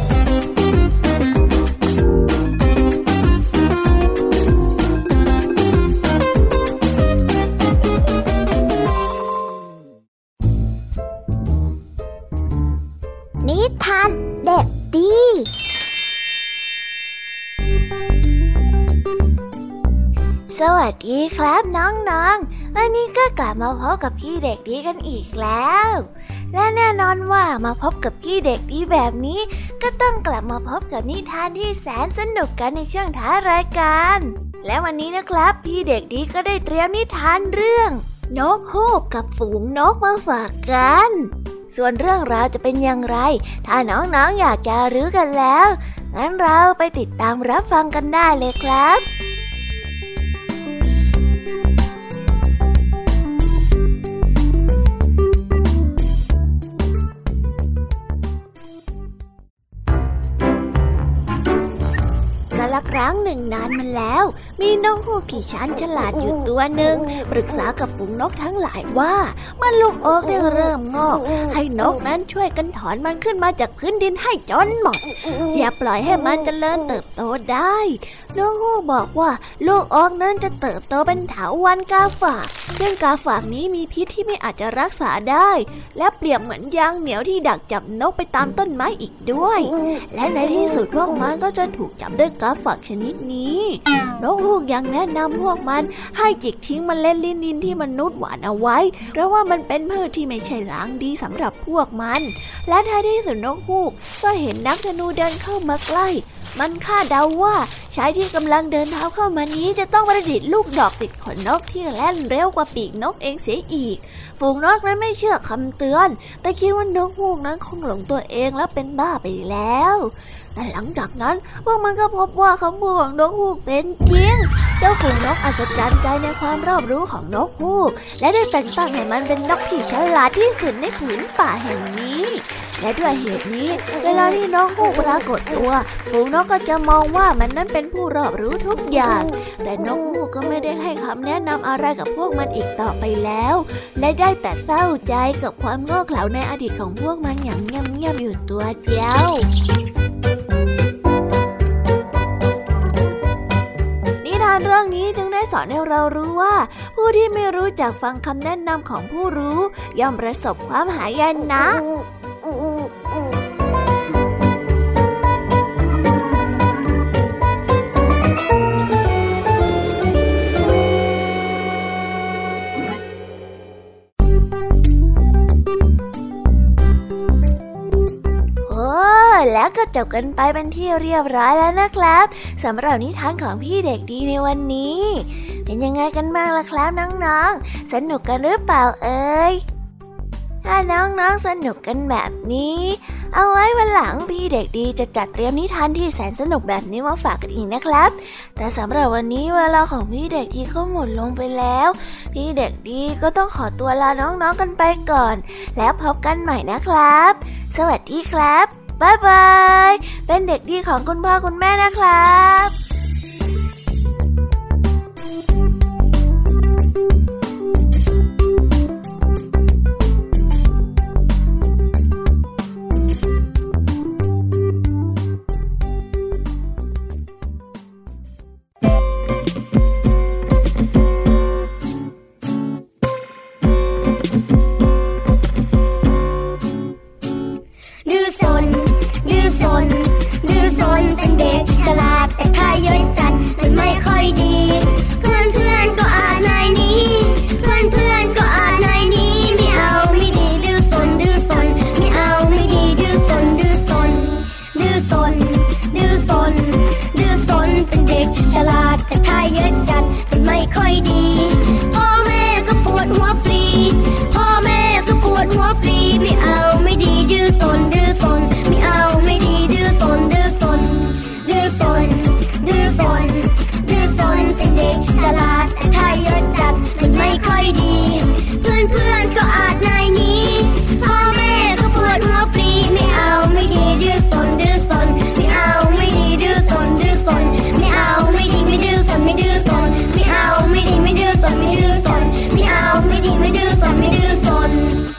S6: นิทานเด็กดี
S1: สวัสดีครับน้องๆวันนี้ก็กลับมาพบกับพี่เด็กดีกันอีกแล้วและแน่นอนว่ามาพบกับพี่เด็กดีแบบนี้ก็ต้องกลับมาพบกับนิทานที่แสนสนุกกันในช่วงท้ายรายการและวันนี้นะครับพี่เด็กดีก็ได้เตรียมนิทานเรื่องนกฮูกกับฝูงนกมาฝากกันส่วนเรื่องราวจะเป็นอย่างไรถ้าน้องๆอยากจะรู้กันแล้วงั้นเราไปติดตามรับฟังกันได้เลยครับ ละครั้งหนึ่งนานมาแล้วมีนกฮูกขี่ช้างฉลาดอยู่ตัวหนึ่งปรึกษากับฝูงนกทั้งหลายว่าเมื่อลูกออกได้เริ่มงอกให้นกนั้นช่วยกันถอนมันขึ้นมาจากพื้นดินให้จนหมดอย่าปล่อยให้มันเจริญเติบโตได้นกฮูกบอกว่าลูกออกนั้นจะเติบโตเป็นเถาวัลย์กาฝากซึ่งกาฝากนี้มีพิษที่ไม่อาจจะรักษาได้และเปรียบเหมือนยางเหนียวที่ดักจับนกไปตามต้นไม้อีกด้วยและในที่สุดพวกมันก็จะถูกจับด้วยกาฝากชนิดนี้นกฮูกยังแนะนำพวกมันให้จิกทิ้งเมล็ดลิ้นดินที่มนุษย์หว่านเอาไว้เพราะว่ามันเป็นพืชที่ไม่ใช่ล้างดีสำหรับพวกมันและท้ายที่สุดนกฮูกก็เห็นนักธนูเดินเข้ามาใกล้มันคาดเดาว่าชายที่กำลังเดินเท้าเข้ามานี้จะต้องประดิษฐ์ลูกดอกติดขนนกที่แล่นเร็วกว่าปีกนกเองเสียอีกฝูงนกนั้นไม่เชื่อคำเตือนแต่คิดว่านกฮูกนั้นคงหลงตัวเองและเป็นบ้าไปแล้วแต่หลังจากนั้นพวกมันก็พบว่าคำพูดของนกฮูกเป็นจริงเจ้าฝูงนกอัศจรรย์ใจในความรอบรู้ของนกฮูกและได้แต่งตั้งให้มันเป็นนกที่ฉลาดที่สุดในผืนป่าแห่งนี้และด้วยเหตุนี้เวลาที่นกฮูกปรากฏตัวฝูงนกก็จะมองว่ามันนั้นเป็นผู้รอบรู้ทุกอย่างแต่นกฮูกก็ไม่ได้ให้คำแนะนำอะไรกับพวกมันอีกต่อไปแล้วและได้แต่เศร้าใจกับความโง่เขลาในอดีตของพวกมันอย่างเงียบๆอยู่ตัวเดียวนิทานเรื่องนี้จึงได้สอนให้เรารู้ว่าผู้ที่ไม่รู้จักฟังคำแนะนำของผู้รู้ย่อมประสบความหายนะแล้วก็จบกันไปเป็นที่เรียบร้อยแล้วนะครับสำหรับนิทานของพี่เด็กดีในวันนี้เป็นยังไงกันบ้างล่ะครับน้องๆสนุกกันหรือเปล่าเอ่ยถ้าน้องๆสนุกกันแบบนี้เอาไว้วันหลังพี่เด็กดีจะจัดเตรียมนิทานที่แสนสนุกแบบนี้มาฝากกันอีกนะครับแต่สำหรับวันนี้เวลาของพี่เด็กดีก็หมดลงไปแล้วพี่เด็กดีก็ต้องขอตัวลาน้องๆกันไปก่อนแล้วพบกันใหม่นะครับสวัสดีครับบ๊ายบายเป็นเด็กดีของคุณพ่อคุณแม่นะครับ
S6: เป็นเด็กฉลาดแต่ถ้าเยอะจัดมันไม่ค่อยดีเพื่อนก็อาจนายนี้เพื่อนก็อาจนายนี้ไม่เอาไม่ดีดื้อซนไม่เอาไม่ดีดื้อซนเป็นเด็กฉลาดแต่ถ้าเยอะจัดมันไม่ค่อยดีพ่อแม่ก็ปวดหัวฟรีไม่เอาไม่ดีดื้อซนไม่เอาไม่ดีดื้อซนเป็นเด็กฉลาดแต่ถ้าเยอะจัดมันไม่ค่อยดีเพื่อนก็อาจนายนี้พ่อแม่ก็ปวดหัวฟรีไม่เอาไม่ดีดื้อซนไม่เอาไม่ดีดื้อซนไม่เอาไม่ดีไม่ดื้อซนไม่เอาไม่ดีไม่ดื้อซนไม่เอาไม่ดีไม่ดื้อซน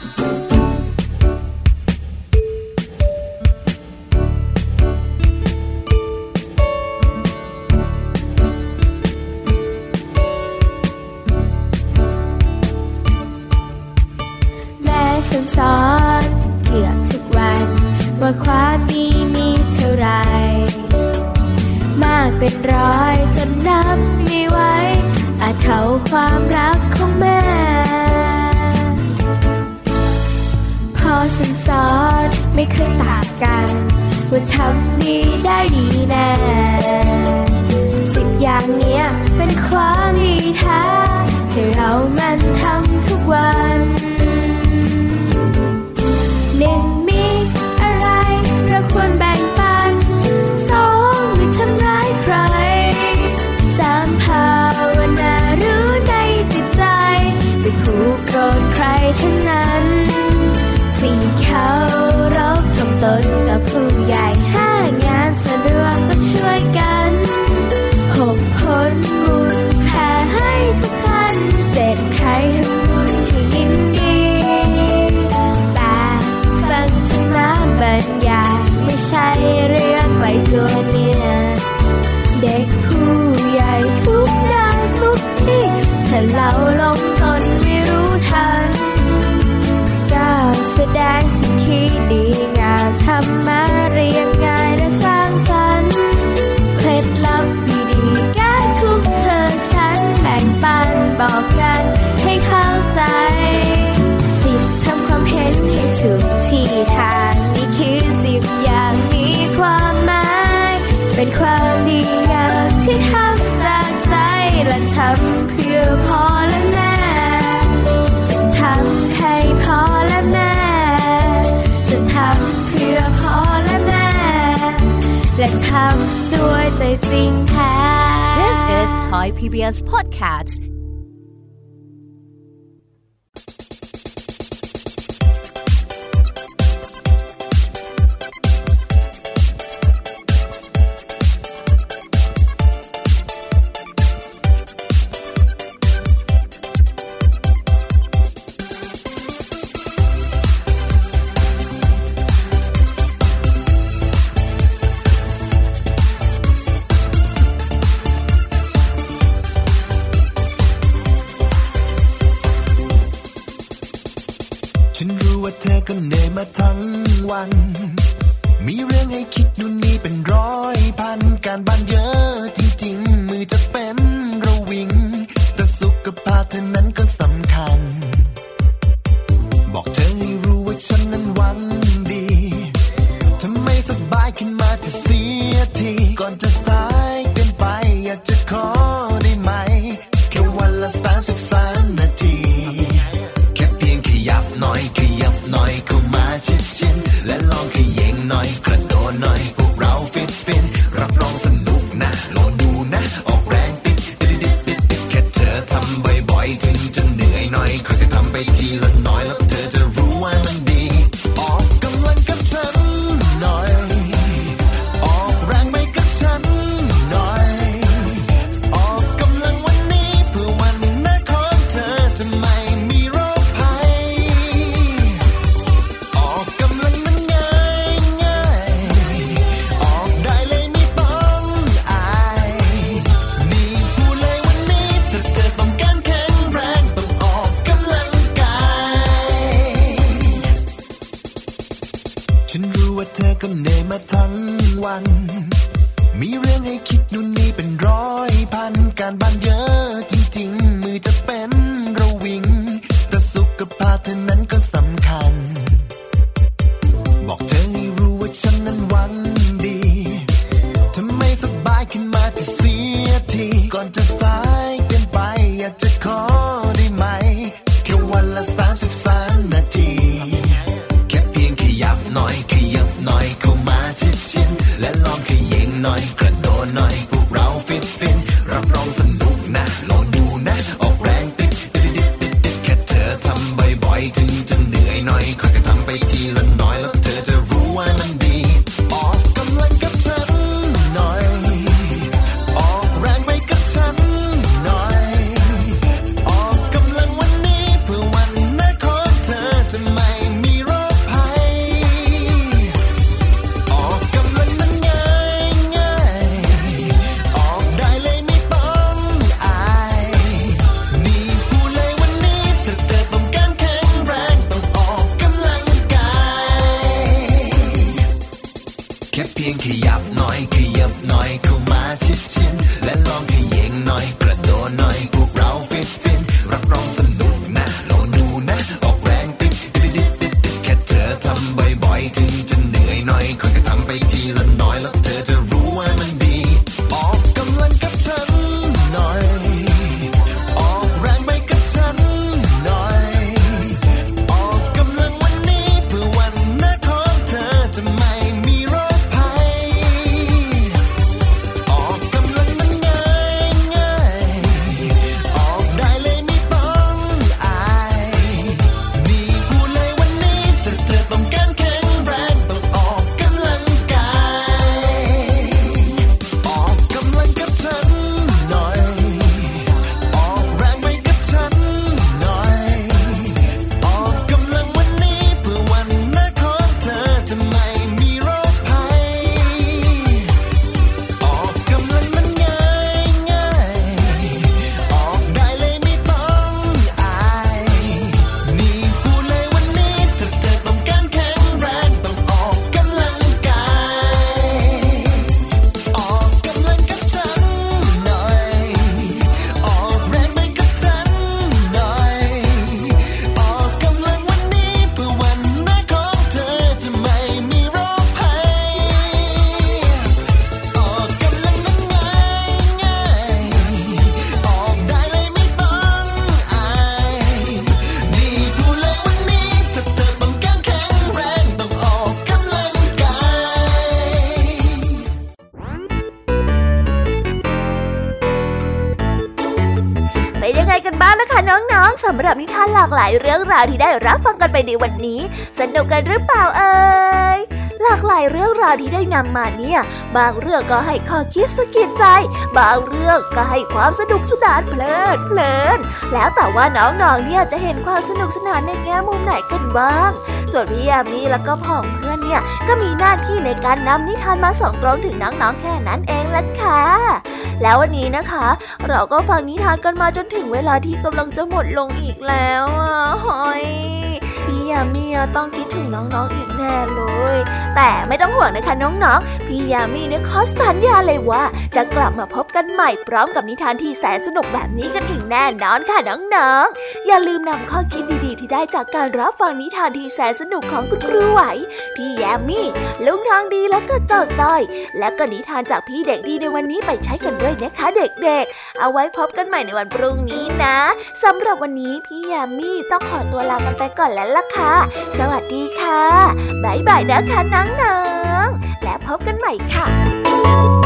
S9: สอนเกือบทุกวันว่าความดีมีเท่าไรมากเป็นร้อยจนนับไม่ไหวอาจเท่าความรักของแม่พ่อฉันสอนไม่เคยต่างกันว่าทำดีได้ดีแน่10อย่างเนี้ยเป็นความดีแท้ให้เรามันทำทุกวัน1มีอะไรเราควรแบ่งปัน2ไม่ทำร้ายใคร3ภาวนารู้ในจิตใจไม่คู่โกรธใครทั้งนั้น4เคารพถ่อมตนต่อผู้ใหญ่5งานสะดวกต้องช่วยกัน6ผลบุญแผ่ให้ทุกท่าน7ใครทำบุญให้ยินดีบรรยายไม่ใช่เรื่องไกลตัวเนี่ยเด็กผู้ใหญ่ทุกด้านทุกที่ถ้าเราลงตนไม่รู้ทันก้าวแสดงสิ่งที่ดีงามทำอะไร
S5: ริงแท้
S4: This is Thai PBS Podcast
S10: เธอก็เหนื่อยมาทั้งวันมีเรื่องให้คิดนู่นนี่เป็นร้อยพันการบ้านเยอะจริงๆมือจะเป็นระวิงแต่สุขภาพเธอนั้นก็สำคัญบอกเธอให้รู้ว่าฉันนั้นหวังดีถ้าไม่สบายขึ้นมาจะเสียทีก่อนจะสายเกินไปอยากจะขอได้ไหมแค่วันละ33 นาทีแค่เพียงขยับหน่อยเข้ามาชิดๆและลองขยิงหน่อยกระโดดหน่อยพวกเราฟินรับรองสนุกนะลองดูนะออกแรงติดแค่เธอทำบ่อยๆถึงจะเหนื่อยหน่อยค่อยๆทำไปทีละน้อยแล้วเธอจะรู้ว่ามันดีออกกำลังกับฉันหน่อยออกแรงไปกับฉันหน่อยออกกำลังวันนี้เพื่อวันหน้าของเธอจะไม่มีโรคภัยออกกำลังมันง่ายออกได้เลยไม่ต้องอายนี่พูดเลยวันนี้ถ้าเธอต้องการแข็งแรงต้องออกกำลังกายฉันรู้ว่าเธอก็เหนื่อยมาทั้งวันมีเรื่องให้คิดนู่นนี่เป็นร้อยพันการบ้านเยอะจริงๆมือจะเป็นระวิงแต่สุขภาพเธอนั้นก็สำคัญบอกเธอให้รู้ว่าฉันนั้นหวังดีถ้าไม่สบายขึ้นมาจะเสียทีก่อนจะสายเกินไปอยากจะขอได้ไหมแค่วันละ33 นาทีแค่เพียงขยับหน่อยเข้ามาชิดๆและลองขยิงหน่อยกระโดดหน่อยพวกเราฟินรับรองสนุกนะลองดูนะออกแรงติดแค่เธอทำบ่อยๆถึงจะเหนื่อยหน่อยค่อยๆทำไปทีละน้อยแล้วเธอจะรู้ว่ามันดีออกกำลังกับฉันหน่อยออกแรงไปกับฉันหน่อยออกกำลังวันนี้เพื่อวันหน้าของเธอจะไม่มีโรคภัยออกกำลังมันง่ายออกได้เลยไม่ต้องอายนี่พูดเลยวันนี้ถ้าเธอต้องการแข็งแรงต้องออกกำลังกายแค่เพียงขยับหน่อยเข้ามาชิดๆและลองขยิงหน่อยกระโดดหน่อยพวกเราฟินรับรองสนุกนะลองดูนะออกแรงติดแค่เธอทำบ่อยๆถึงจะเหนื่อยหน่อยค่อยๆทำไปทีละน้อยแล้วเธอจะรู้ว่ามันดีออกกำลังกับฉันหน่อยออกแรงไปกับฉันหน่อยออกกำลังวันนี้เพื่อวันหน้าของเธอจะไม่มีโรคภัยอ
S1: ำหรับนิทานหลากหลายเรื่องราวที่ได้รับฟังกันไปในวันนี้สนุกกันหรือเปล่าเอ่ยหลากหลายเรื่องราวที่ได้นำมาเนี่ยบางเรื่องก็ให้ข้อคิดสะกิดใจบางเรื่องก็ให้ความสนุกสนานเพลิดแล้วแต่ว่าน้องๆเนี่ยจะเห็นความสนุกสนานในแง่มุมไหนกันบ้างส่วนพี่ยามีแล้วก็พ่องเพื่อนเนี่ยก็มีหน้าที่ในการนำนิทานมาส่งตรงถึงน้องๆแค่นั้นเองล่ะค่ะแล้ววันนี้นะคะเราก็ฟังนิทานกันมาจนถึงเวลาที่กำลังจะหมดลงอีกแล้วหอยพี่ยามีต้องคิดถึงน้องๆอีกแน่เลยแต่ไม่ต้องห่วงนะคะน้องๆพี่ยามีเนี่ยขอสัญญาเลยว่าจะกลับมาพบกันใหม่พร้อมกับนิทานที่แสนสนุกแบบนี้กันอีกแน่นอนค่ะน้องๆอย่าลืมนำข้อคิดดีๆที่ได้จากการรับฟังนิทานที่แสนสนุกของคุณครูไหวพี่ยามีลุงทองดีและก็เจ้าจ้อยและก็นิทานจากพี่เด็กดีในวันนี้ไปใช้กันด้วยนะคะเด็กๆเอาไว้พบกันใหม่ในวันพรุ่งนี้นะสำหรับวันนี้พี่ยามีต้องขอตัวลากันไปก่อนแล้วล่ะค่ะสวัสดีค่ะบ๊ายบายนะคะน้องๆและพบกันใหม่ค่ะ